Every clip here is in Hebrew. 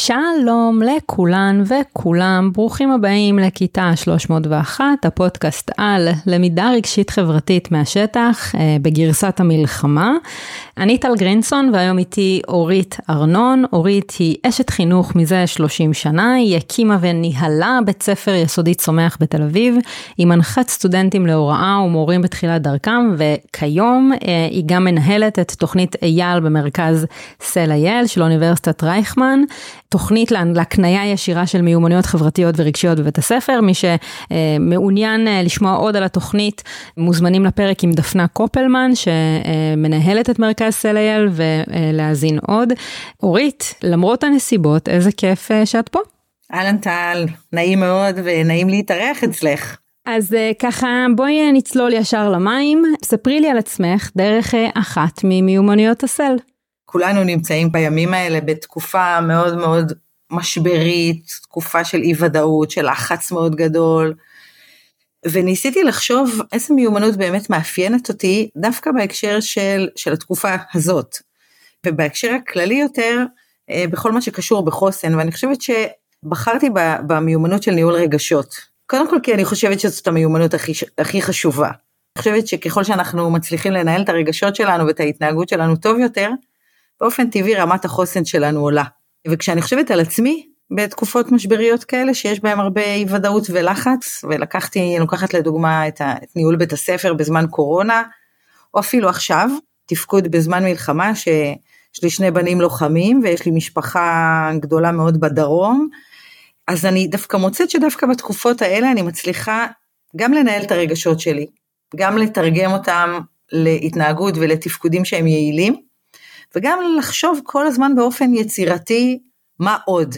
שלום לכולן וכולם, ברוכים הבאים לכיתה 301, הפודקאסט על למידה רגשית חברתית מהשטח בגרסת המלחמה. אני טל גרינסון והיום איתי אורית ארנון. אורית היא אשת חינוך מזה 30 שנה, היא הקימה וניהלה בית ספר יסודי צומח בתל אביב, היא מנחת סטודנטים להוראה ומורים בתחילת דרכם, וכיום היא גם מנהלת את תוכנית אייל במרכז סלע יעל של אוניברסיטת רייכמן, תוכנית להקניה ישירה של מיומנויות חברתיות ורגשיות בבית הספר. מי שמעוניין לשמוע עוד על התוכנית, מוזמנים לפרק עם דפנה קופלמן, שמנהלת את מרכז סלע יעל, ולהזין עוד. אורית, למרות הנסיבות, איזה כיף שאת פה. אהלן טל, נעים מאוד ונעים להתארח אצלך. אז ככה, בואי נצלול ישר למים. ספרי לי על עצמך דרך אחת ממיומנויות הסל. כולנו נמצאים בימים האלה בתקופה מאוד מאוד משברית, תקופה של אי ודאות, של לחץ מאוד גדול, וניסיתי לחשוב איזה מיומנות באמת מאפיינת אותי, דווקא בהקשר של התקופה הזאת, ובהקשר הכללי יותר, בכל מה שקשור בחוסן, ואני חושבת שבחרתי במיומנות של ניהול רגשות. קודם כל כי אני חושבת שזאת המיומנות הכי חשובה. אני חושבת שככל שאנחנו מצליחים לנהל את הרגשות שלנו ואת ההתנהגות שלנו טוב יותר, באופן טבעי רמת החוסן שלנו עולה. וכשאני חושבת על עצמי, בתקופות משבריות כאלה, שיש בהם הרבה אי ודאות ולחץ, לוקחת לדוגמה את ניהול בית הספר בזמן קורונה, או אפילו עכשיו, תפקוד בזמן מלחמה, שיש לי 2 בנים לוחמים, ויש לי משפחה גדולה מאוד בדרום, אז אני דווקא מוצאת שדווקא בתקופות האלה, אני מצליחה גם לנהל את הרגשות שלי, גם לתרגם אותם להתנהגות ולתפקודים שהם יעילים, וגם לחשוב כל הזמן באופן יצירתי, מה עוד?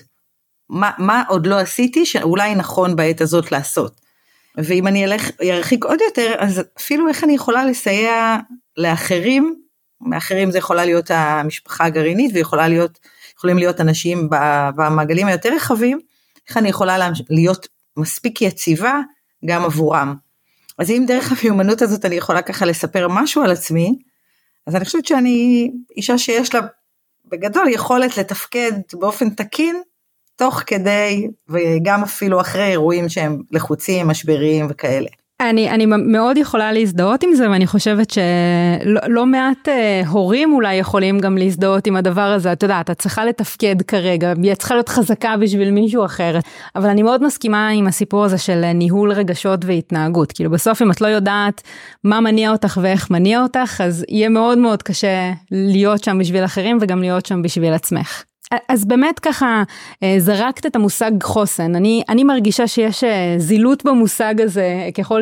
מה עוד לא עשיתי, שאולי נכון בעת הזאת לעשות. ואם אני ארחיק עוד יותר, אז אפילו איך אני יכולה לסייע לאחרים, מאחרים זה יכולה להיות המשפחה הגרעינית, ויכולים להיות אנשים במעגלים היותר רחבים, איך אני יכולה להיות מספיק יציבה גם עבורם. אז אם דרך המיומנות הזאת אני יכולה ככה לספר משהו על עצמי, אז אני חושבת שאני אישה שיש לה בגדול יכולת לתפקד באופן תקין, תוך כדי וגם אפילו אחרי אירועים שהם לחוצים, משבריים וכאלה. אני מאוד יכולה להזדהות עם זה, ואני חושבת שלא מעט הורים אולי יכולים גם להזדהות עם הדבר הזה. אתה יודע, אתה צריכה לתפקד כרגע, היא צריכה להיות חזקה בשביל מישהו אחר, אבל אני מאוד מסכימה עם הסיפור הזה של ניהול רגשות והתנהגות. כאילו בסוף אם את לא יודעת מה מניע אותך ואיך מניע אותך, אז יהיה מאוד מאוד קשה להיות שם בשביל אחרים וגם להיות שם בשביל עצמך. אז באמת ככה זרקת את המושג חוסן, אני מרגישה שיש זילות במושג הזה ככל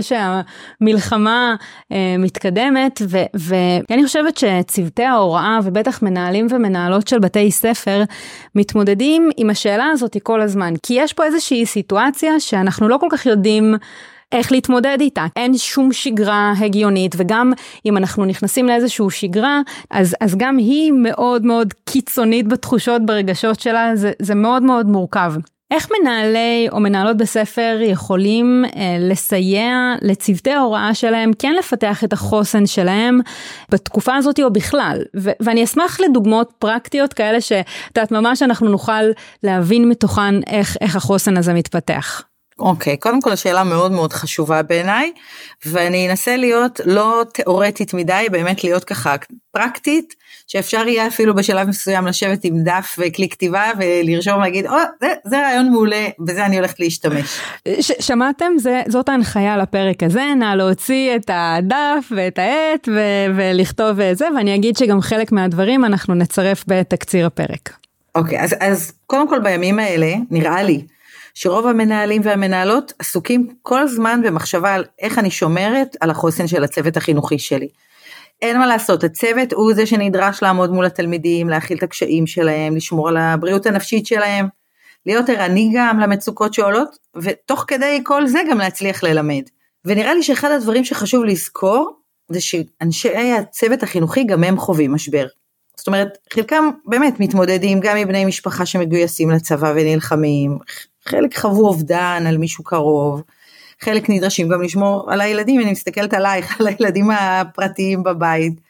שהמלחמה מתקדמת, ואני חושבת שצוותי ההוראה ובטח מנהלים ומנהלות של בתי ספר מתמודדים עם השאלה הזאת כל הזמן, כי יש פה איזושהי סיטואציה שאנחנו לא כל כך יודעים איך להתמודד איתה. אין שום שגרה הגיונית, וגם אם אנחנו נכנסים לאיזשהו שגרה, אז גם היא מאוד מאוד קיצונית בתחושות, ברגשות שלה, זה מאוד מאוד מורכב. איך מנהלי או מנהלות בספר יכולים לסייע לצוותי ההוראה שלהם, כן לפתח את החוסן שלהם בתקופה הזאת או בכלל? ואני אשמח לדוגמאות פרקטיות כאלה שאת ממש אנחנו נוכל להבין מתוכן איך החוסן הזה מתפתח. אוקיי, קודם כל השאלה מאוד מאוד חשובה בעיניי, ואני אנסה להיות לא תיאורטית מדי, באמת להיות ככה פרקטית, שאפשר יהיה אפילו בשלב מסוים לשבת עם דף וכלי כתיבה, ולרשום ולהגיד, זה רעיון מעולה, בזה אני הולכת להשתמש. שמעתם? זאת ההנחיה לפרק הזה, נא להוציא את הדף ואת העט, ולכתוב את זה, ואני אגיד שגם חלק מהדברים אנחנו נצרף בתקציר הפרק. אוקיי, אז קודם כל בימים האלה, נראה לי, שרוב המנהלים והמנהלות עסוקים כל הזמן במחשבה על איך אני שומרת על החוסן של הצוות החינוכי שלי. אין מה לעשות, הצוות הוא זה שנדרש לעמוד מול התלמידים, להכיל את הקשיים שלהם, לשמור על הבריאות הנפשית שלהם, להיות ערני גם למצוקות שעולות, ותוך כדי כל זה גם להצליח ללמד. ונראה לי שאחד הדברים שחשוב לזכור, זה שאנשי הצוות החינוכי גם הם חווים משבר. זאת אומרת, חלקם באמת מתמודדים גם מבני משפחה שמגויסים לצבא ונלחמים, חלק חוו אובדן על מישהו קרוב, חלק נדרשים גם לשמור על הילדים, אני מסתכלת עלייך, על הילדים הפרטיים בבית,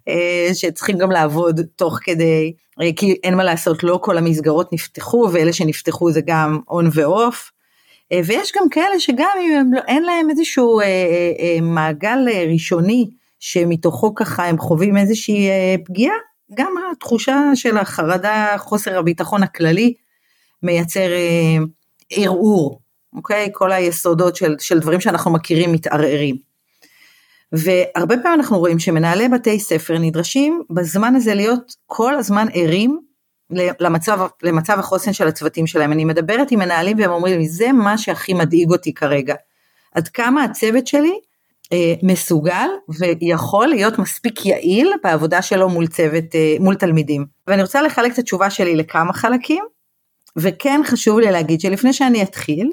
שצריכים גם לעבוד תוך כדי, כי אין מה לעשות, לא כל המסגרות נפתחו, ואלה שנפתחו זה גם און ואוף, ויש גם כאלה שגם אם אין להם איזשהו מעגל ראשוני, שמתוכו ככה הם חווים איזושהי פגיעה, גם התחושה של החרדה, חוסר הביטחון הכללי, מייצר ערעור, אוקיי? כל היסודות של דברים שאנחנו מכירים מתערערים. והרבה פעמים אנחנו רואים שמנהלי בתי ספר נדרשים בזמן הזה להיות כל הזמן ערים למצב החוסן של הצוותים שלהם. אני מדברת עם מנהלים והם אומרים לי, זה מה שהכי מדאיג אותי כרגע. עד כמה הצוות שלי מסוגל ויכול להיות מספיק יעיל בעבודה שלו מול תלמידים. ואני רוצה לחלק את התשובה שלי לכמה חלקים, וכן חשוב לי להגיד שלפני שאני אתחיל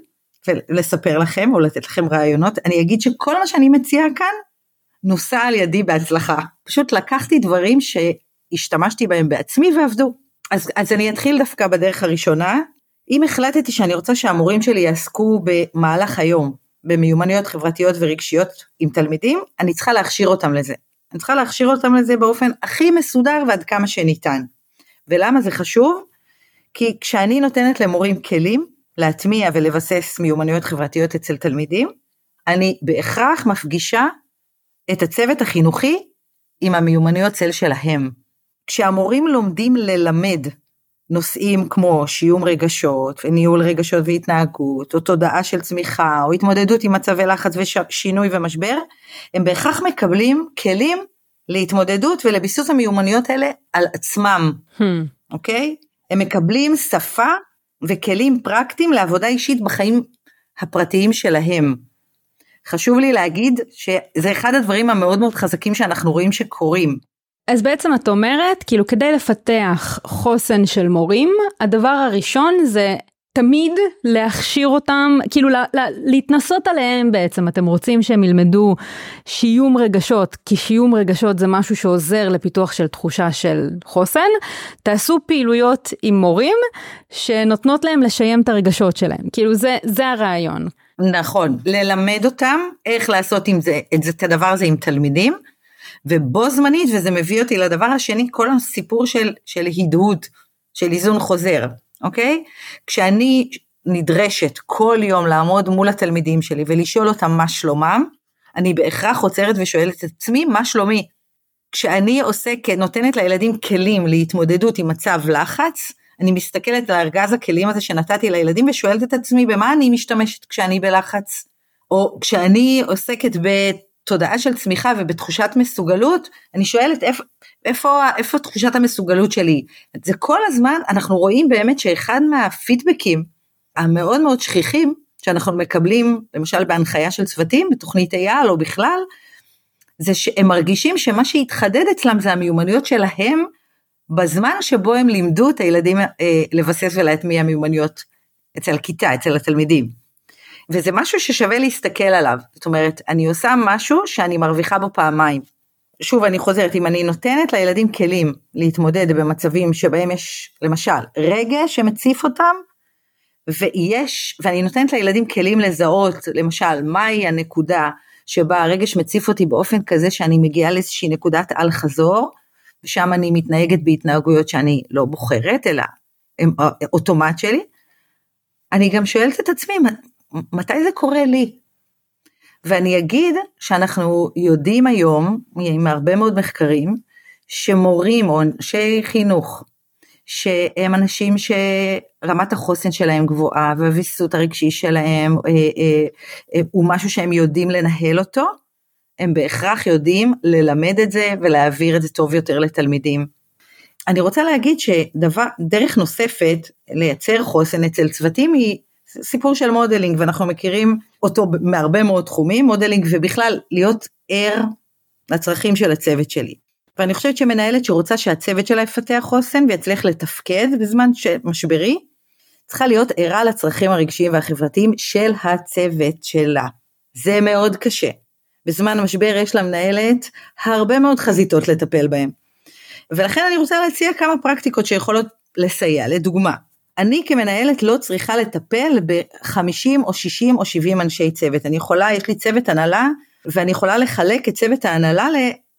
ולספר לכם או לתת לכם רעיונות, אני אגיד שכל מה שאני מציעה כאן נוסע על ידי בהצלחה. פשוט לקחתי דברים שהשתמשתי בהם בעצמי ועבדו. אז אני אתחיל דווקא בדרך הראשונה. אם החלטתי שאני רוצה שהמורים שלי יעסקו במהלך היום, במיומנויות חברתיות ורגשיות עם תלמידים, אני צריכה להכשיר אותם לזה. אני צריכה להכשיר אותם לזה באופן הכי מסודר ועד כמה שניתן. ולמה זה חשוב? כי כשאני נותנת למורים כלים, להטמיע ולבסס מיומנויות חברתיות אצל תלמידים, אני בהכרח מפגישה את הצוות החינוכי עם המיומנויות צל שלהם. כשהמורים לומדים ללמד נושאים כמו שיום רגשות, וניהול רגשות והתנהגות, או תודעה של צמיחה, או התמודדות עם מצבי לחץ ושינוי ומשבר, הם בהכרח מקבלים כלים להתמודדות ולביסוס המיומנויות האלה על עצמם. אוקיי? הם מקבלים שפה וכלים פרקטיים לעבודה אישית בחיים הפרטיים שלהם. חשוב לי להגיד שזה אחד הדברים המאוד מאוד חזקים שאנחנו רואים שקורים. אז בעצם את אומרת, כאילו כדי לפתח חוסן של מורים, הדבר הראשון זה תמיד להכשיר אותם, כאילו להתנסות עליהם בעצם, אתם רוצים שהם ילמדו שיום רגשות, כי שיום רגשות זה משהו שעוזר לפיתוח של תחושה של חוסן, תעשו פעילויות עם מורים שנותנות להם לשיים את הרגשות שלהם, כאילו זה הרעיון. נכון, ללמד אותם איך לעשות את הדבר הזה עם תלמידים, ובו זמנית, וזה מביא אותי לדבר השני, כל הסיפור של הדהוד, של איזון חוזר, אוקיי? כשאני נדרשת כל יום לעמוד מול התלמידים שלי, ולשאול אותם מה שלומם, אני בהכרח עוצרת ושואלת את עצמי, מה שלומי? כשאני נותנת לילדים כלים להתמודדות עם מצב לחץ, אני מסתכלת על ארגז הכלים הזה שנתתי לילדים, ושואלת את עצמי, במה אני משתמשת כשאני בלחץ? או כשאני עוסקת תודעה של צמיחה ובתחושת מסוגלות, אני שואלת איפה תחושת המסוגלות שלי? זה כל הזמן, אנחנו רואים באמת שאחד מהפידבקים המאוד מאוד שכיחים, שאנחנו מקבלים, למשל בהנחיה של צוותים, בתוכנית אייל או בכלל, זה שהם מרגישים שמה שהתחדד אצלם זה המיומנויות שלהם, בזמן שבו הם לימדו את הילדים לבסס ולהטמיע מיומנויות אצל הכיתה, אצל התלמידים. וזה משהו ששווה להסתכל עליו, זאת אומרת, אני עושה משהו שאני מרוויחה בו פעמיים. שוב, אני חוזרת, אם אני נותנת לילדים כלים להתמודד במצבים שבהם יש, למשל, רגש שמציף אותם, ואני נותנת לילדים כלים לזהות, למשל, מהי הנקודה שבה הרגש מציף אותי באופן כזה שאני מגיעה לאיזושהי נקודת על חזור, ושם אני מתנהגת בהתנהגויות שאני לא בוחרת, אלא הם אוטומט שלי, אני גם שואלת את עצמי, מתי זה קורה לי? ואני אגיד שאנחנו יודעים היום, עם הרבה מאוד מחקרים, שמורים או אנשי חינוך, שהם אנשים שרמת החוסן שלהם גבוהה, והוויסות הרגשי שלהם הוא משהו שהם יודעים לנהל אותו, הם בהכרח יודעים ללמד את זה ולהעביר את זה טוב יותר לתלמידים. אני רוצה להגיד שדרך נוספת לייצר חוסן אצל צוותים היא סיפור של מודלינג, ואנחנו מכירים אותו מהרבה מאוד תחומים, מודלינג ובכלל להיות ער לצרכים של הצוות שלי. ואני חושבת שמנהלת שרוצה שהצוות שלה יפתח חוסן ויצליח לתפקד בזמן משברי, צריכה להיות ערה לצרכים הרגשיים והחברתיים של הצוות שלה. זה מאוד קשה. בזמן המשבר יש למנהלת הרבה מאוד חזיתות לטפל בהם. ולכן אני רוצה להציע כמה פרקטיקות שיכולות לסייע. לדוגמה, אני כמנהלת לא צריכה לטפל ב-50 או 60 או 70 אנשי צוות. יש לי צוות הנהלה, ואני יכולה לחלק את צוות ההנהלה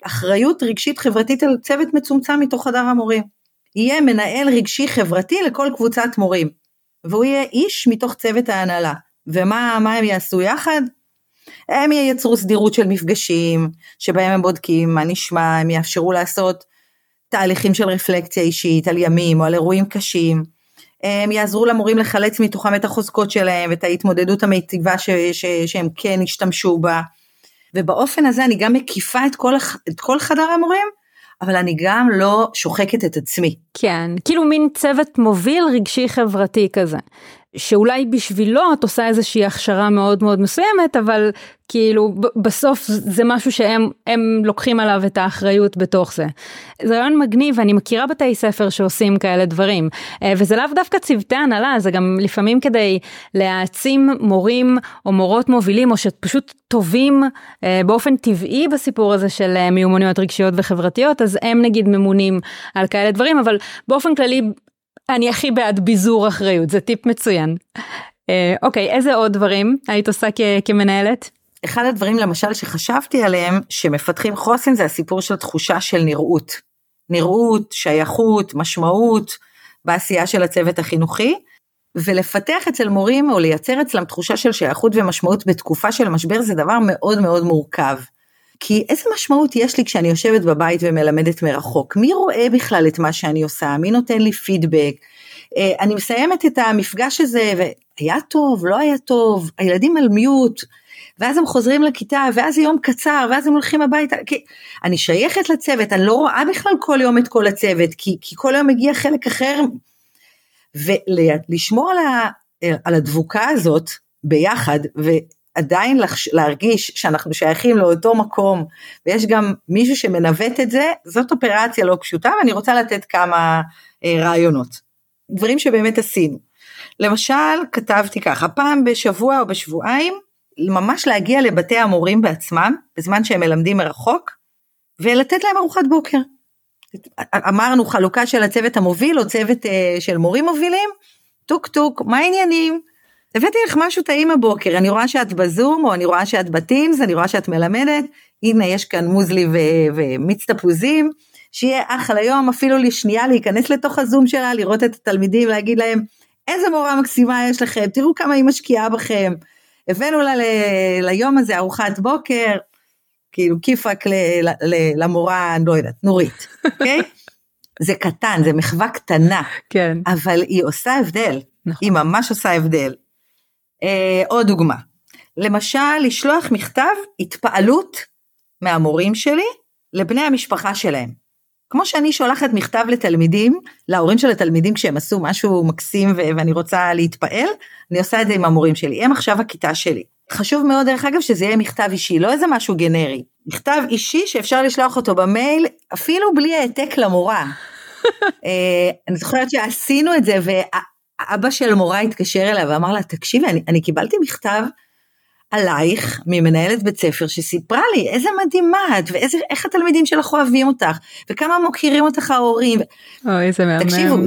אחריות רגשית חברתית על צוות מצומצם מתוך חדר המורים. יהיה מנהל רגשי חברתי לכל קבוצת מורים, והוא יהיה איש מתוך צוות ההנהלה. ומה הם יעשו יחד? הם ייצרו סדירות של מפגשים, שבהם הם בודקים מה נשמע, הם יאפשרו לעשות תהליכים של רפלקציה אישית על ימים או על אירועים קשים, הם יעזרו למורים לחלץ מתוכם את החוזקות שלהם, ואת ההתמודדות המיטיבה שהם כן השתמשו בה, ובאופן הזה אני גם מקיפה את כל חדר המורים, אבל אני גם לא שוחקת את עצמי. כן, כאילו מין צוות מוביל רגשי חברתי כזה, שאולי בשבילו את עושה איזושהי הכשרה מאוד מאוד מסוימת, אבל כאילו בסוף זה משהו שהם לוקחים עליו את האחריות בתוך זה. זה רעיון מגניב, ואני מכירה בתי ספר שעושים כאלה דברים, וזה לאו דווקא צוותי הנהלה, זה גם לפעמים כדי להעצים מורים או מורות מובילים, או שפשוט טובים באופן טבעי בסיפור הזה של מיומנויות רגשיות וחברתיות, אז הם נגיד ממונים על כאלה דברים, אבל באופן כללי אני הכי בעד ביזור אחריות, זה טיפ מצוין. אוקיי, איזה עוד דברים היית עושה כמנהלת? אחד הדברים למשל שחשבתי עליהם, שמפתחים חוסן, זה הסיפור של תחושה של נראות. נראות, שייכות, משמעות, בעשייה של הצוות החינוכי, ולפתח אצל מורים, או לייצר אצלם תחושה של שייכות ומשמעות בתקופה של משבר, זה דבר מאוד מאוד מורכב. כי איזה משמעות יש לי כשאני יושבת בבית ומלמדת מרחוק? מי רואה בכלל את מה שאני עושה? מי נותן לי פידבק? אני מסיימת את המפגש הזה, והיה טוב, לא היה טוב, הילדים על מיוט, ואז הם חוזרים לכיתה, ואז יום קצר, ואז הם הולכים הביתה, אני שייכת לצוות, אני לא רואה בכלל כל יום את כל הצוות, כי כל יום מגיע חלק אחר, ולשמור על הדבוקה הזאת ביחד, עדיין להרגיש שאנחנו שייכים לאותו מקום, ויש גם מישהו שמנווט את זה, זאת אופרציה לא פשוטה, ואני רוצה לתת כמה רעיונות. דברים שבאמת עשינו. למשל, כתבתי ככה, פעם בשבוע או בשבועיים, ממש להגיע לבתי המורים בעצמם, בזמן שהם מלמדים מרחוק, ולתת להם ארוחת בוקר. אמרנו חלוקה של הצוות המוביל, או צוות של מורים מובילים, טוק טוק, מה העניינים? הבאתי לך משהו טעים הבוקר, אני רואה שאת בזום, או אני רואה שאת בטימס, אני רואה שאת מלמדת, הנה יש כאן מוזלי ומיץ תפוזים, שיהיה אחלה היום, אפילו לשנייה להיכנס לתוך הזום שלה, לראות את התלמידים, להגיד להם, איזה מורה מקסימה יש לכם, תראו כמה היא משקיעה בכם, הבאנו לה ליום הזה ארוחת בוקר, כאילו כיפק למורה, לא יודעת, נורית, אוקיי? זה קטן, זה מחווה קטנה, כן. אבל היא עושה הבדל, נכון. היא ממש עושה הבדל. עוד דוגמה, למשל לשלוח מכתב התפעלות מהמורים שלי לבני המשפחה שלהם. כמו שאני שולחת מכתב לתלמידים, להורים של התלמידים כשהם עשו משהו מקסים ואני רוצה להתפעל, אני עושה את זה עם המורים שלי, הם עכשיו הכיתה שלי. חשוב מאוד דרך אגב שזה יהיה מכתב אישי, לא איזה משהו גנרי, מכתב אישי שאפשר לשלוח אותו במייל, אפילו בלי העתק למורה. אני זוכרת שעשינו את זה, ואבא של מורה התקשר אליה ואמר לה, תקשיבי, אני קיבלתי מכתב עלייך ממנהלת בית ספר שסיפרה לי איזה מדהימה את, ואיך התלמידים שלך אוהבים אותך, וכמה מוכירים אותך ההורים. אוי, זה מהמם. תקשיבו,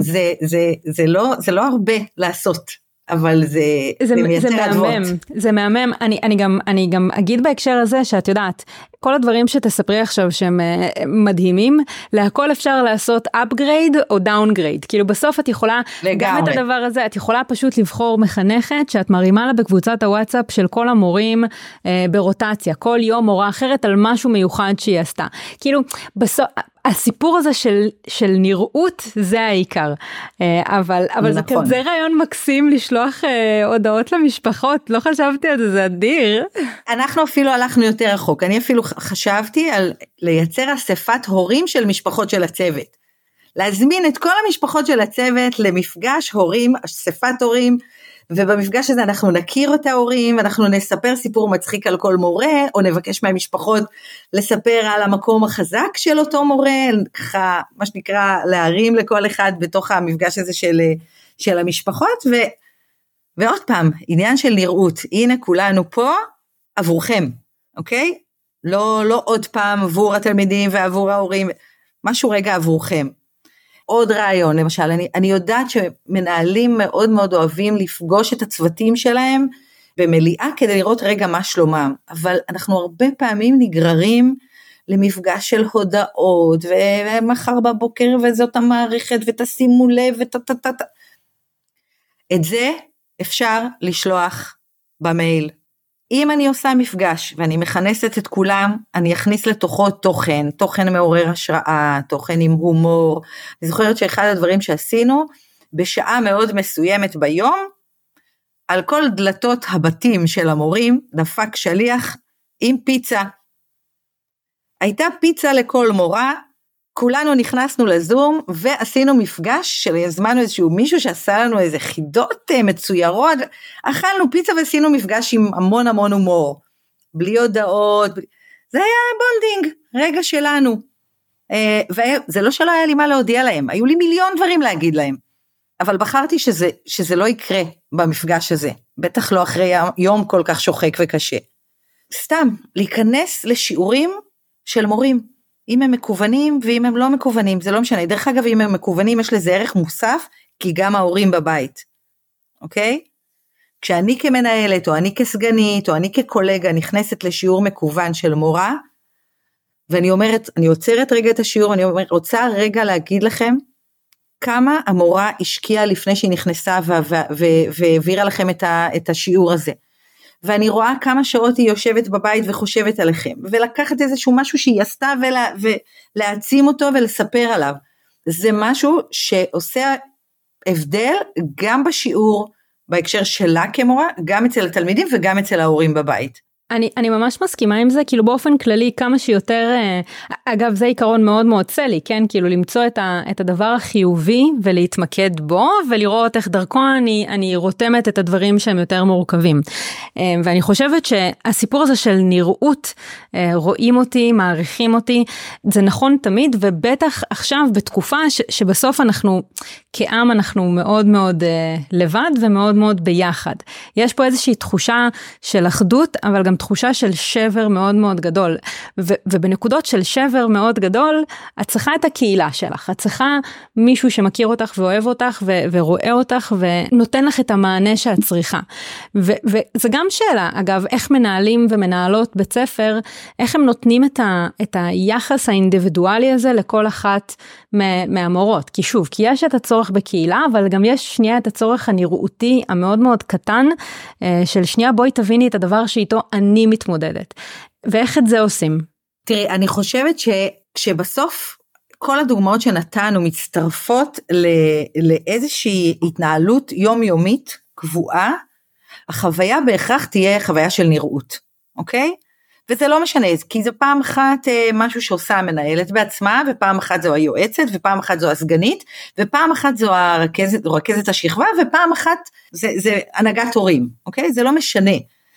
זה לא הרבה לעשות. אבל זה מייצר עדבות. זה מהמם, אני גם אגיד בהקשר הזה שאת יודעת, כל הדברים שתספרי עכשיו שהם מדהימים, להכל אפשר לעשות upgrade או downgrade, כאילו בסוף את יכולה, גם את הדבר הזה, את יכולה פשוט לבחור מחנכת, שאת מרימה לה בקבוצת הוואטסאפ של כל המורים ברוטציה, כל יום מורה אחרת על משהו מיוחד שהיא עשתה, כאילו בסוף, הסיפור הזה של נראות זה העיקר, אבל נכון. זה רעיון מקסים לשלוח הודעות למשפחות, לא חשבתי על זה, זה אדיר. אנחנו אפילו הלכנו יותר רחוק, אני אפילו חשבתי על לייצר אספת הורים של משפחות של הצוות, להזמין את כל המשפחות של הצוות למפגש הורים, אספת הורים, ובמפגש הזה אנחנו נכיר את ההורים, אנחנו נספר סיפור מצחיק על כל מורה, או נבקש מהמשפחות לספר על המקום החזק של אותו מורה, ככה מה שנקרא להרים לכל אחד בתוך המפגש הזה של המשפחות, ועוד פעם, עניין של נראות, הנה כולנו פה עבורכם, אוקיי? לא עוד פעם עבור התלמידים ועבור ההורים, משהו רגע עבורכם. עוד רעיון, למשל, אני יודעת שמנהלים מאוד מאוד אוהבים לפגוש את הצוותים שלהם במליאה כדי לראות רגע מה שלומם, אבל אנחנו הרבה פעמים נגררים למפגש של הודעות, ומחר בבוקר וזאת המערכת, ותשימו לב, את זה אפשר לשלוח במייל. אם אני עושה מפגש, ואני מכנסת את כולם, אני אכניס לתוכו תוכן מעורר השראה, תוכן עם הומור. אני זוכרת שאחד הדברים שעשינו, בשעה מאוד מסוימת ביום, על כל דלתות הבתים של המורים, דפק שליח עם פיצה. הייתה פיצה לכל מורה, כולנו נכנסנו לזום, ועשינו מפגש שהזמנו איזשהו מישהו שעשה לנו איזה חידות מצוירות, אכלנו פיצה ועשינו מפגש עם המון המון הומור, בלי הודעות, זה היה בונדינג, רגע שלנו, וזה לא שלא היה לי מה להודיע להם, היו לי מיליון דברים להגיד להם, אבל בחרתי שזה לא יקרה במפגש הזה, בטח לא אחרי יום כל כך שוחק וקשה. סתם, להיכנס לשיעורים של מורים, אם הם מקוונים ואם הם לא מקוונים, זה לא משנה. דרך אגב, אם הם מקוונים יש לזה ערך מוסף, כי גם ההורים בבית, אוקיי? כשאני כמנהלת, או אני כסגנית, או אני כקולגה, נכנסת לשיעור מקוון של מורה, ואני אומרת, אני עוצרת רגע את השיעור, אני רוצה רגע להגיד לכם, כמה המורה השקיעה לפני שהיא נכנסה והעבירה לכם את השיעור הזה. ואני רואה כמה שעות היא יושבת בבית וחושבת עליכם, ולקחת איזשהו משהו שהיא עשתה ולהעצים אותו ולספר עליו. זה משהו שעושה הבדל גם בשיעור, בהקשר שלה כמורה, גם אצל התלמידים וגם אצל ההורים בבית. אני ממש מסכימה עם זה, כאילו באופן כללי כמה שיותר, אגב זה עיקרון מאוד מאוד צלי, כן, כאילו למצוא את הדבר החיובי ולהתמקד בו, ולראות איך דרכו אני רותמת את הדברים שהם יותר מורכבים. ואני חושבת שהסיפור הזה של נראות, רואים אותי, מעריכים אותי, זה נכון תמיד, ובטח עכשיו בתקופה שבסוף אנחנו, כעם אנחנו מאוד מאוד לבד ומאוד מאוד ביחד. יש פה איזושהי תחושה של אחדות, אבל גם תחושה של שבר מאוד מאוד גדול, ובנקודות של שבר מאוד גדול, את צריכה את הקהילה שלך, את צריכה מישהו שמכיר אותך ואוהב אותך, ורואה אותך, ונותן לך את המענה שאת צריכה, וזה גם שאלה, אגב, איך מנהלים ומנהלות בית ספר, איך הם נותנים את היחס האינדיבידואלי הזה, לכל אחת מהמורות, כי שוב, כי יש את הצורך בקהילה, אבל גם יש שנייה את הצורך הנראותי, המאוד מאוד קטן, של שנייה בואי תביני את הדבר שאיתו אני מתמודדת. ואיך את זה עושים? תראי, אני חושבת שבסוף כל הדוגמאות שנתנו מצטרפות לאיזושהי התנהלות יומיומית קבועה, החוויה בהכרח תהיה חוויה של נראות, אוקיי? וזה לא משנה, כי זה פעם אחת משהו שעושה המנהלת בעצמה, ופעם אחת זו היועצת, ופעם אחת זו הסגנית, ופעם אחת זו רכזת השכבה, ופעם אחת זה הנהגת הורים, אוקיי? זה לא משנה.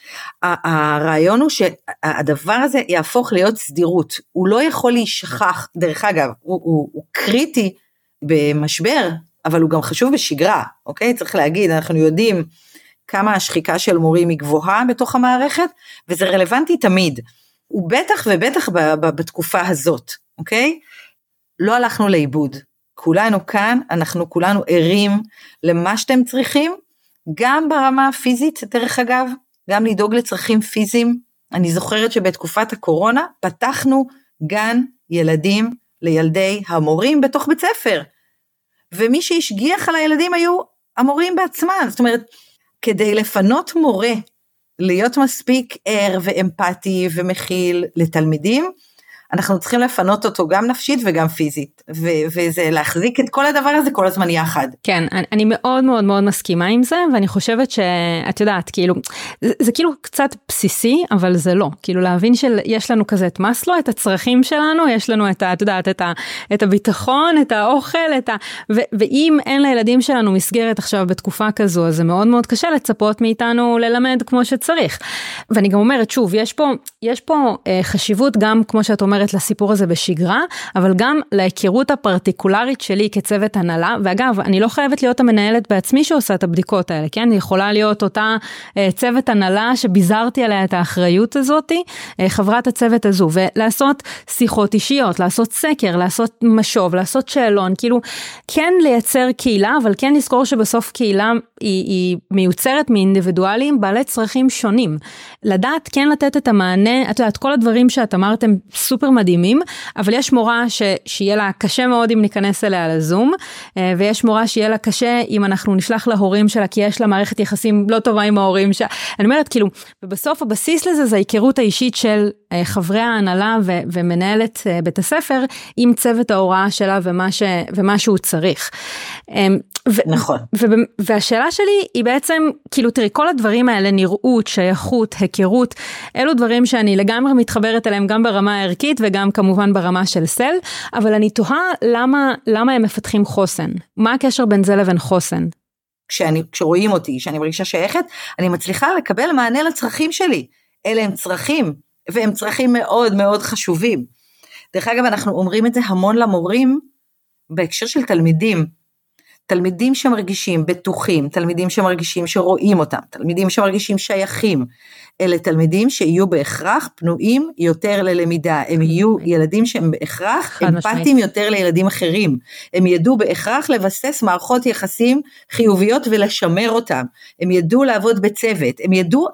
הרעיון הוא שהדבר הזה יהפוך להיות סדירות, הוא לא יכול להישכח, דרך אגב, הוא קריטי במשבר, אבל הוא גם חשוב בשגרה, אוקיי? צריך להגיד, אנחנו יודעים כמה השחיקה של מורים היא גבוהה בתוך המערכת, וזה רלוונטי תמיד, ובטח ובטח בתקופה הזאת, אוקיי? לא הלכנו לאיבוד, כולנו כאן, אנחנו כולנו ערים למה שאתם צריכים, גם ברמה הפיזית, דרך אגב, גם לדאוג לצרכים פיזיים. אני זוכרת שבתקופת הקורונה, פתחנו גן ילדים לילדי המורים בתוך בית ספר, ומי שהשגיח על הילדים היו המורים בעצמם, זאת אומרת, כדי לפנות מורה, להיות מספיק ער ואמפתי ומכיל לתלמידים, אנחנו צריכים לפנות אותו גם נפשית וגם פיזית, וזה להחזיק את כל הדבר הזה כל הזמן יחד. כן, אני מאוד מאוד מאוד מסכימה עם זה, ואני חושבת שאת יודעת, כאילו, זה כאילו קצת בסיסי, אבל זה לא, כאילו להבין שיש לנו כזה את מסלו, את הצרכים שלנו, יש לנו את יודעת, את הביטחון, את האוכל, ואם אין לילדים שלנו מסגרת עכשיו בתקופה כזו, אז זה מאוד מאוד קשה לצפות מאיתנו ללמד כמו שצריך. ואני גם אומרת, שוב, יש פה חשיבות גם, כמו שאת אומרת, לסיפור הזה בשגרה, אבל גם להיכרות הפרטיקולרית שלי כצוות הנהלה, ואגב, אני לא חייבת להיות המנהלת בעצמי שעושה את הבדיקות האלה, כן? אני יכולה להיות אותה צוות הנהלה שביזרתי עליה את האחריות הזאת, חברת הצוות הזו, ולעשות שיחות אישיות, לעשות סקר, לעשות משוב, לעשות שאלון, כאילו, כן לייצר קהילה, אבל כן לזכור שבסוף קהילה היא מיוצרת מאינדיבידואלים בעלי צרכים שונים. לדעת כן לתת את המענה, את יודעת, כל הדברים שאת אמרתם סופר מדהימים, אבל יש מורה שיהיה לה קשה מאוד אם ניכנס אליה לזום, ויש מורה שיהיה לה קשה אם אנחנו נשלח להורים שלה, כי יש לה מערכת יחסים לא טובה עם ההורים שלה. אני אומרת, כאילו, ובסוף הבסיס לזה זה ההיכרות האישית של חברי ההנהלה ומנהלת בית הספר, עם צוות ההוראה שלה ומה שהוא צריך. נכון. והשאלה שלי היא בעצם, כאילו תראי, כל הדברים האלה, נראות, שייכות, היכרות, אלו דברים שאני לגמרי מתחברת אליהם גם ברמה הערכית וגם כמובן ברמה של סל, אבל אני תוהה למה הם מפתחים חוסן. מה הקשר בין זה לבין חוסן? כשרואים אותי, שאני מרגישה שייכת, אני מצליחה לקבל מענה לצרכים שלי. אלה הם צרכים, והם צרכים מאוד מאוד חשובים. דרך אגב, אנחנו אומרים את זה המון למורים, בהקשר של תלמידים שמרגישים בטוחים, תלמידים שמרגישים שרואים אותם, תלמידים שמרגישים שייכים, אלה תלמידים שיהיו בהכרח פנויים יותר ללמידה, הם יהיו ילדים שהם בהכרח אמפתיים יותר לילדים אחרים, הם ידעו בהכרח לבסס מערכות יחסים חיוביות ולשמר אותם, הם ידעו לעבוד בצוות, הם ידעו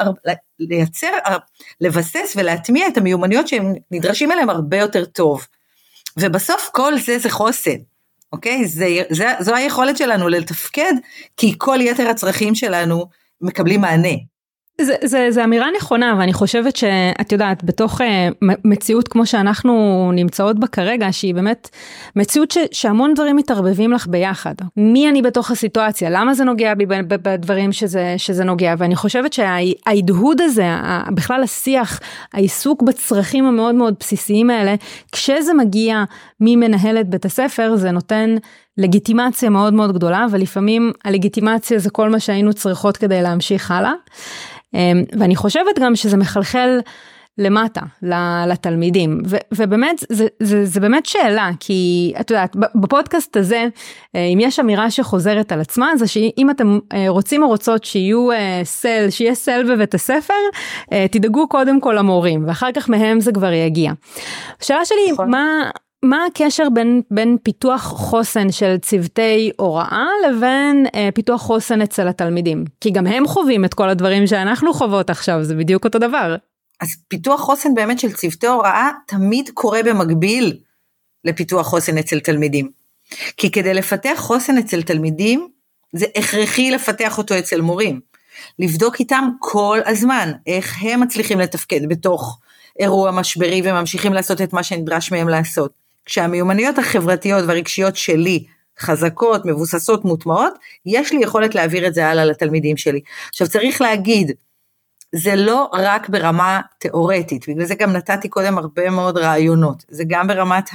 לבסס ולהטמיע את המיומנויות שהם נדרשים אליהם הרבה יותר טוב, ובסוף כל זה חוסן. אוקיי? זו היכולת שלנו לתפקד, כי כל יתר הצרכים שלנו מקבלים מענה. זה אמירה נכונה, ואני חושבת שאת יודעת, בתוך מציאות כמו שאנחנו נמצאות בה כרגע, שהיא באמת מציאות שהמון דברים מתערבבים לך ביחד. מי אני בתוך הסיטואציה? למה זה נוגע בי בדברים שזה נוגע? ואני חושבת שההדהוד הזה, בכלל השיח, העיסוק בצרכים המאוד מאוד בסיסיים האלה, כשזה מגיע ממנהלת בית הספר, זה נותן לגיטימציה מאוד מאוד גדולה, ולפעמים הלגיטימציה זה כל מה שהיינו צריכות כדי להמשיך הלאה. ואני חושבת גם שזה מחלחל למטה, לתלמידים, ובאמת, זה באמת שאלה, כי את יודעת, בפודקאסט הזה, אם יש אמירה שחוזרת על עצמה, זה שאם אתם רוצים או רוצות שיהיה סל בבית הספר, תדאגו קודם כל למורים, ואחר כך מהם זה כבר יגיע. השאלה שלי, מה הקשר בין פיתוח חוסן של צוותי הוראה לבין פיתוח חוסן אצל התלמידים? כי גם הם חווים את כל הדברים שאנחנו חוות עכשיו, זה בדיוק אותו דבר. אז פיתוח חוסן באמת של צוותי הוראה תמיד קורה במקביל לפיתוח חוסן אצל תלמידים. כי כדי לפתח חוסן אצל תלמידים, זה הכרחי לפתח אותו אצל מורים. לבדוק איתם כל הזמן, איך הם מצליחים לתפקד בתוך אירוע משברי וממשיכים לעשות את מה שנדרש מהם לעשות. כשהמיומנויות החברתיות והרגשיות שלי חזקות, מבוססות, מוטמעות, יש לי יכולת להעביר את זה הלאה לתלמידים שלי. עכשיו צריך להגיד, זה לא רק ברמה תיאורטית, בגלל זה גם נתתי קודם הרבה מאוד רעיונות, זה גם ברמת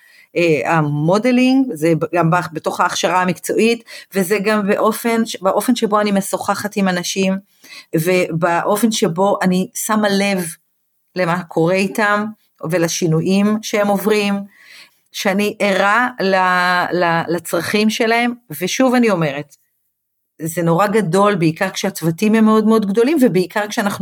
המודלינג, זה גם בתוך ההכשרה המקצועית, וזה גם באופן שבו אני משוחחת עם אנשים, ובאופן שבו אני שמה לב למה קורה איתם, ולשינויים שהם עוברים, שאני ערה לצרכים שלהם, ושוב אני אומרת, זה נורא גדול, בעיקר כשהצוותים הם מאוד מאוד גדולים, ובעיקר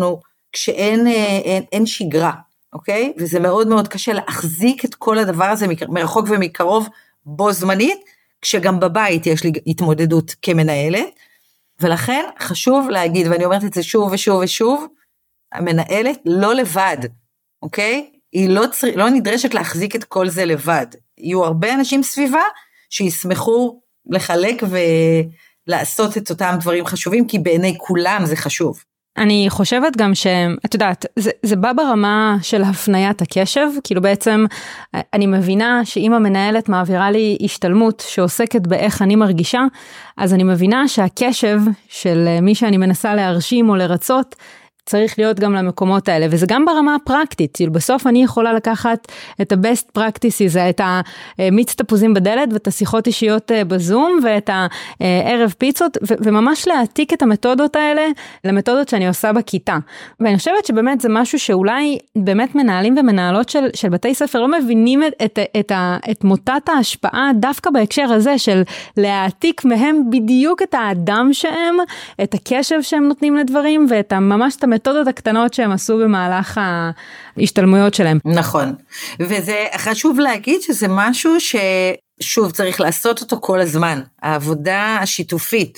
כשאין שגרה, אוקיי? וזה מאוד מאוד קשה להחזיק את כל הדבר הזה מרחוק ומקרוב בו זמנית, כשגם בבית יש לי התמודדות כמנהלת, ולכן חשוב להגיד, ואני אומרת את זה שוב ושוב ושוב, המנהלת לא לבד, אוקיי? היא לא נדרשת להחזיק את כל זה לבד. יהיו הרבה אנשים סביבה שישמחו לחלק ולעשות את אותם דברים חשובים, כי בעיני כולם זה חשוב. אני חושבת גם שאת יודעת, זה בא ברמה של הפניית הקשב, כאילו בעצם אני מבינה שאם המנהלת מעבירה לי השתלמות שעוסקת באיך אני מרגישה, אז אני מבינה שהקשב של מי שאני מנסה להרשים או לרצות, צריך להיות גם למקומות האלה, וזה גם ברמה הפרקטית, בסוף אני יכולה לקחת את ה-best practices, את המיץ תפוזים בדלת, ואת השיחות אישיות בזום, ואת הערב פיצות, וממש להעתיק את המתודות האלה, למתודות שאני עושה בכיתה, ואני חושבת שבאמת זה משהו שאולי באמת מנהלים ומנהלות של בתי ספר, לא מבינים את מוטת ההשפעה, דווקא בהקשר הזה, של להעתיק מהם בדיוק את האדם שהם, את הקשב שהם נותנים לדברים, ואת ממש את המתודות הקטנות שהם עשו במהלך ההשתלמויות שלהם. נכון, וזה חשוב להגיד שזה משהו ששוב צריך לעשות אותו כל הזמן, העבודה השיתופית,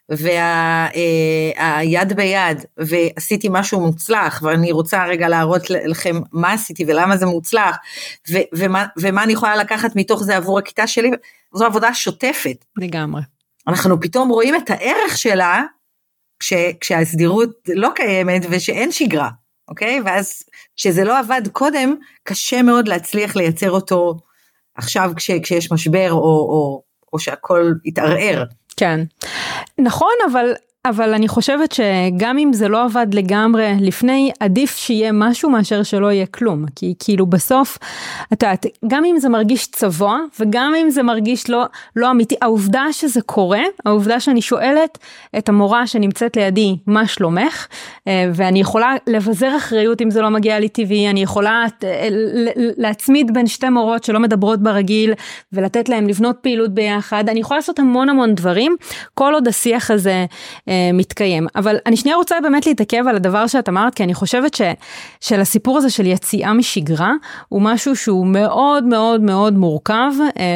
והיד ביד, ועשיתי משהו מוצלח, ואני רוצה רגע להראות לכם מה עשיתי, ולמה זה מוצלח, ומה אני יכולה לקחת מתוך זה עבור הכיתה שלי, זו עבודה שוטפת. לגמרי. אנחנו פתאום רואים את הערך שלה, כשהסדירות לא קיימת, ושאין שגרה, אוקיי? ואז כשזה לא עבד קודם, קשה מאוד להצליח לייצר אותו, עכשיו כשיש משבר, או שהכל יתערער. כן, נכון, אבל אני חושבת שגם אם זה לא עבד לגמרי לפני, עדיף שיהיה משהו מאשר שלא יהיה כלום, כי כאילו בסוף, את יודעת, גם אם זה מרגיש צבוע, וגם אם זה מרגיש לא אמיתי, העובדה שזה קורה, העובדה שאני שואלת את המורה שנמצאת לידי, מה שלומך, ואני יכולה לבזר אחריות אם זה לא מגיע לי טבעי, אני יכולה להצמיד בין שתי מורות שלא מדברות ברגיל, ולתת להם לבנות פעילות ביחד, אני יכולה לעשות המון דברים, כל עוד השיח הזה מתקיים. אבל אני שנייה רוצה באמת להתעכב על הדבר שאת אמרת, כי אני חושבת שלסיפור הזה של יציאה משגרה, הוא משהו שהוא מאוד מאוד מאוד מורכב,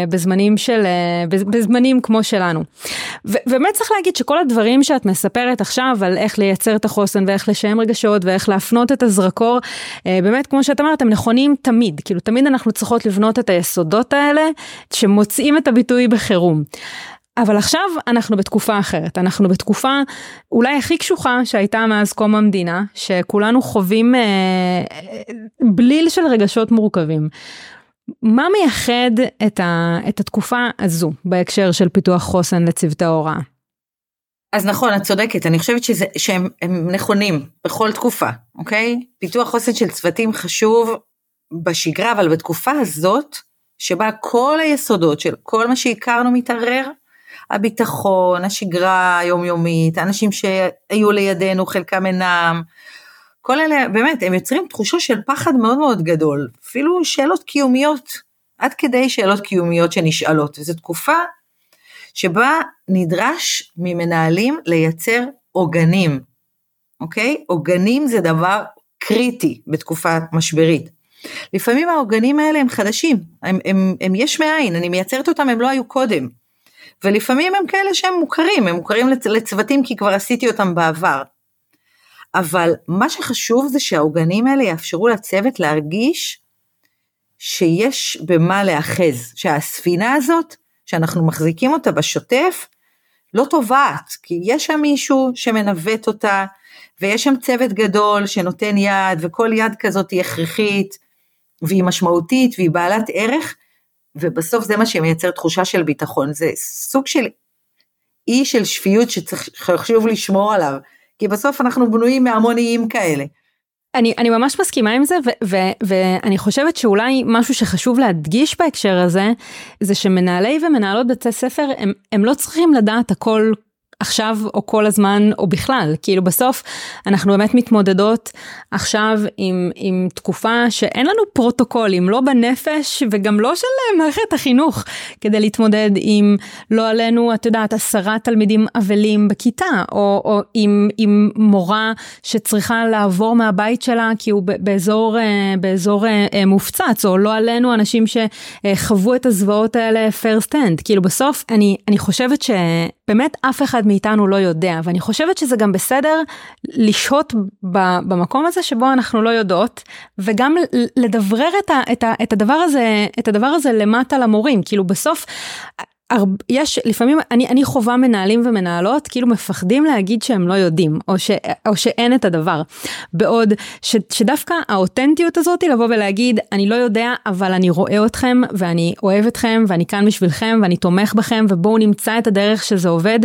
בזמנים כמו שלנו. ובאמת צריך להגיד שכל הדברים שאת מספרת עכשיו, על איך לייצר את החוסן, ואיך לשם רגשות, ואיך להפנות את הזרקור, באמת כמו שאת אמרת, הם נכונים תמיד, כאילו תמיד אנחנו צריכות לבנות את היסודות האלה, שמוצאים את הביטוי בחירום. אבל עכשיו אנחנו בתקופה אחרת, אנחנו בתקופה אולי הכי קשוחה שהייתה מאז קום המדינה, שכולנו חווים בליל של רגשות מורכבים. מה מייחד את התקופה הזו בהקשר של פיתוח חוסן לצוותי ההוראה? אז נכון, את צודקת, אני חושבת שהם נכונים בכל תקופה, אוקיי? פיתוח חוסן של צוותים חשוב בשגרה, אבל בתקופה הזאת, שבה כל היסודות של כל מה שהכרנו מתערער, הביטחון, השגרה היומיומית, האנשים שהיו לידינו, חלקם אינם, כל אלה, באמת, הם יוצרים תחושה של פחד מאוד מאוד גדול, אפילו שאלות קיומיות, עד כדי שאלות קיומיות שנשאלות, וזו תקופה שבה נדרש ממנהלים לייצר עוגנים, אוקיי? עוגנים זה דבר קריטי בתקופה משברית. לפעמים העוגנים האלה הם חדשים, הם יש מאין, אני מייצרת אותם, הם לא היו קודם. ולפעמים הם כאלה שהם מוכרים, הם מוכרים לצוותים כי כבר עשיתי אותם בעבר. אבל מה שחשוב זה שהעוגנים האלה יאפשרו לצוות להרגיש שיש במה להאחז, שהספינה הזאת שאנחנו מחזיקים אותה בשוטף לא טובעת, כי יש שם מישהו שמנווט אותה, ויש שם צוות גדול שנותן יד, וכל יד כזאת היא הכרחית, והיא משמעותית, והיא בעלת ערך, ובסוף זה מה שמייצר תחושה של ביטחון, זה סוג של אי של שפיות שחשוב לשמור עליו, כי בסוף אנחנו בנויים מהמון איים כאלה. אני ממש מסכימה עם זה, ואני חושבת שאולי משהו שחשוב להדגיש בהקשר הזה, זה שמנהלי ומנהלות בתי ספר, הם לא צריכים לדעת הכל עכשיו או כל הזמן או בכלל, כאילו בסוף אנחנו באמת מתמודדות עכשיו עם תקופה שאין לנו פרוטוקולים, לא בנפש וגם לא של מערכת החינוך, כדי להתמודד עם לא עלינו, את יודעת, 10 תלמידים אבלים בכיתה, או עם מורה שצריכה לעבור מהבית שלה כי הוא באזור מופצץ, או לא עלינו אנשים שחוו את הזוועות האלה first hand, כאילו בסוף אני חושבת שבאמת אף אחד מאיתנו לא יודע, ואני חושבת שזה גם בסדר לשהות במקום הזה שבו אנחנו לא יודעות, וגם לדברר את הדבר הזה למטה למורים, כאילו בסוף יש לפעמים, אני חובה מנהלים ומנהלות, כאילו מפחדים להגיד שהם לא יודעים, או שאין את הדבר, בעוד שדווקא האותנטיות הזאת היא לבוא ולהגיד, אני לא יודע, אבל אני רואה אתכם, ואני אוהב אתכם, ואני כאן בשבילכם, ואני תומך בכם, ובואו נמצא את הדרך שזה עובד,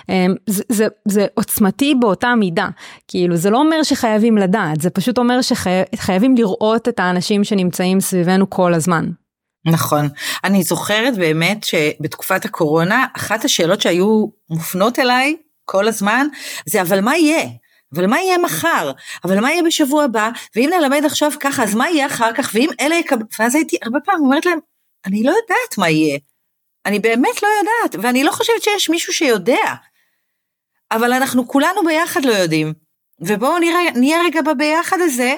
זה עוצמתי באותה מידה, כאילו זה לא אומר שחייבים לדעת, זה פשוט אומר שחייבים לראות את האנשים שנמצאים סביבנו כל הזמן. נכון, אני זוכרת באמת שבתקופת הקורונה, אחת השאלות שהיו מופנות אליי כל הזמן, זה אבל מה יהיה? אבל מה יהיה מחר? אבל מה יהיה בשבוע הבא? ואם נלמד עכשיו ככה, אז מה יהיה אחר כך? ואם אלה יקבל, ואז הייתי הרבה פעמים אומרת להם, אני לא יודעת מה יהיה, אני באמת לא יודעת, ואני לא חושבת שיש מישהו שיודע, אבל אנחנו כולנו ביחד לא יודעים, ובואו נהיה רגע ביחד הזה,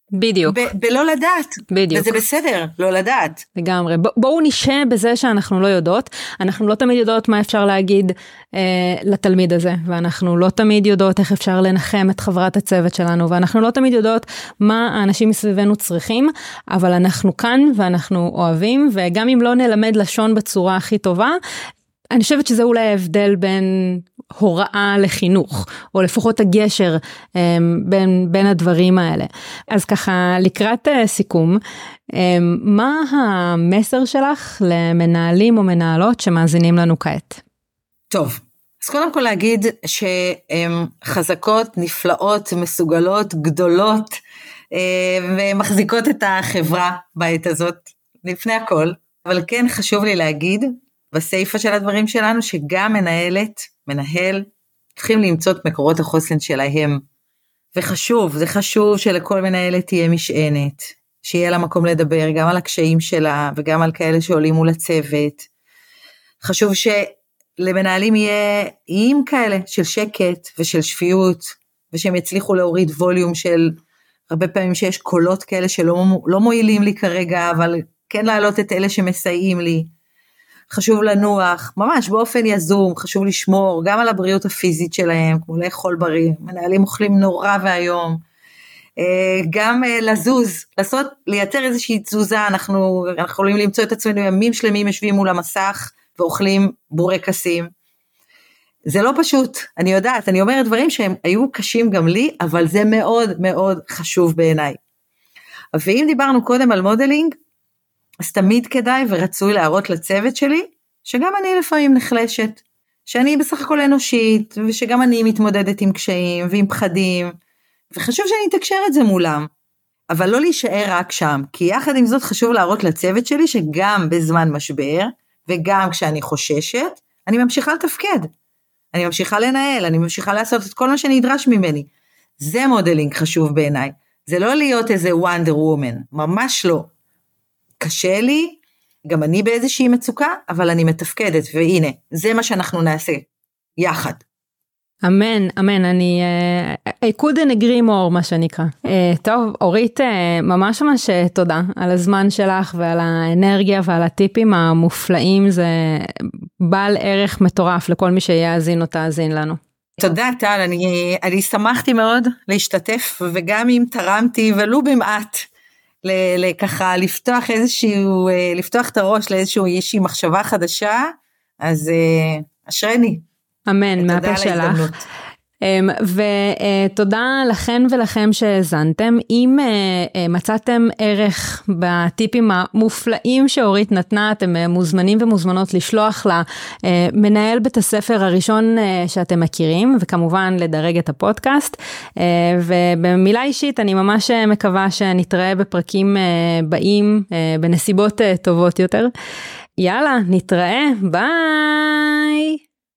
בדיוק. בלא לדעת. בדיוק. וזה בסדר, לא לדעת. לגמרי. בואו נשאר בזה שאנחנו לא יודעות. אנחנו לא תמיד יודעות מה אפשר להגיד לתלמיד הזה, ואנחנו לא תמיד יודעות איך אפשר לנחם את חברת הצוות שלנו, ואנחנו לא תמיד יודעות מה האנשים מסביבנו צריכים, אבל אנחנו כאן ואנחנו אוהבים, וגם אם לא נלמד לשון בצורה הכי טובה, אני חושבת שזה אולי ההבדל בין הוראה לחינוך, או לפחות הגשר בין הדברים האלה. אז ככה, לקראת סיכום, מה המסר שלך למנהלים או מנהלות שמאזינים לנו כעת? טוב, אז קודם כל להגיד שהן חזקות, נפלאות, מסוגלות, גדולות, ומחזיקות את החברה בעת הזאת, לפני הכל. אבל כן חשוב לי להגיד, בסייפה של הדברים שלנו, שגם מנהל, צריכים למצוא את מקורות החוסן שלהם. וחשוב, זה חשוב שלכל מנהלת תהיה משענת, שיהיה לה מקום לדבר גם על הקשיים שלה, וגם על כאלה שעולים מול הצוות. חשוב שלמנהלים יהיה איים כאלה של שקט ושל שפיות, ושהם יצליחו להוריד ווליום של הרבה פעמים שיש קולות כאלה שלא מועילים לי כרגע, אבל כן להעלות את אלה שמסייעים לי. חשוב לנוח, ממש באופן יזום, חשוב לשמור גם על הבריאות הפיזית שלהם, כמו לאכול בריא, מנהלים אוכלים נורא והיום, גם לזוז, לייצר איזושהי תזוזה, אנחנו יכולים למצוא את עצמנו ימים שלמים יושבים מול המסך, ואוכלים בורקסים, זה לא פשוט, אני יודעת, אני אומרת דברים שהם היו קשים גם לי, אבל זה מאוד מאוד חשוב בעיניי. ואם דיברנו קודם על מודלינג, אז תמיד כדאי ורצוי להראות לצוות שלי, שגם אני לפעמים נחלשת, שאני בסך הכל אנושית, ושגם אני מתמודדת עם קשיים ועם פחדים, וחשוב שאני אתקשר את זה מולם, אבל לא להישאר רק שם, כי יחד עם זאת חשוב להראות לצוות שלי, שגם בזמן משבר, וגם כשאני חוששת, אני ממשיכה לתפקד, אני ממשיכה לנהל, אני ממשיכה לעשות את כל מה שנדרש ממני, זה מודלינג חשוב בעיניי, זה לא להיות איזה וונדר וומן, ממש לא, קשה לי, גם אני באיזושהי מצוקה, אבל אני מתפקדת, והנה, זה מה שאנחנו נעשה, יחד. אמן, אמן, I couldn't agree more, מה שנקרא. טוב, אורית, ממש תודה על הזמן שלך, ועל האנרגיה, ועל הטיפים המופלאים, זה בעל ערך מטורף, לכל מי שיאזין או תאזין לנו. תודה, טל, אני שמחתי מאוד להשתתף, וגם אם תרמתי, ולו במעט, ככה לפתוח לפתוח את הראש לאיזושהי מחשבה חדשה, אז אשרני. אמן, מהפה שלך. ותודה לכן ולכם שהזנתם. אם מצאתם ערך בטיפים המופלאים שאורית נתנה, אתם מוזמנים ומוזמנות לשלוח למנהל בית הספר הראשון שאתם מכירים, וכמובן לדרג את הפודקאסט. ובמילה אישית אני ממש מקווה שנתראה בפרקים באים בנסיבות טובות יותר. יאללה, נתראה, ביי!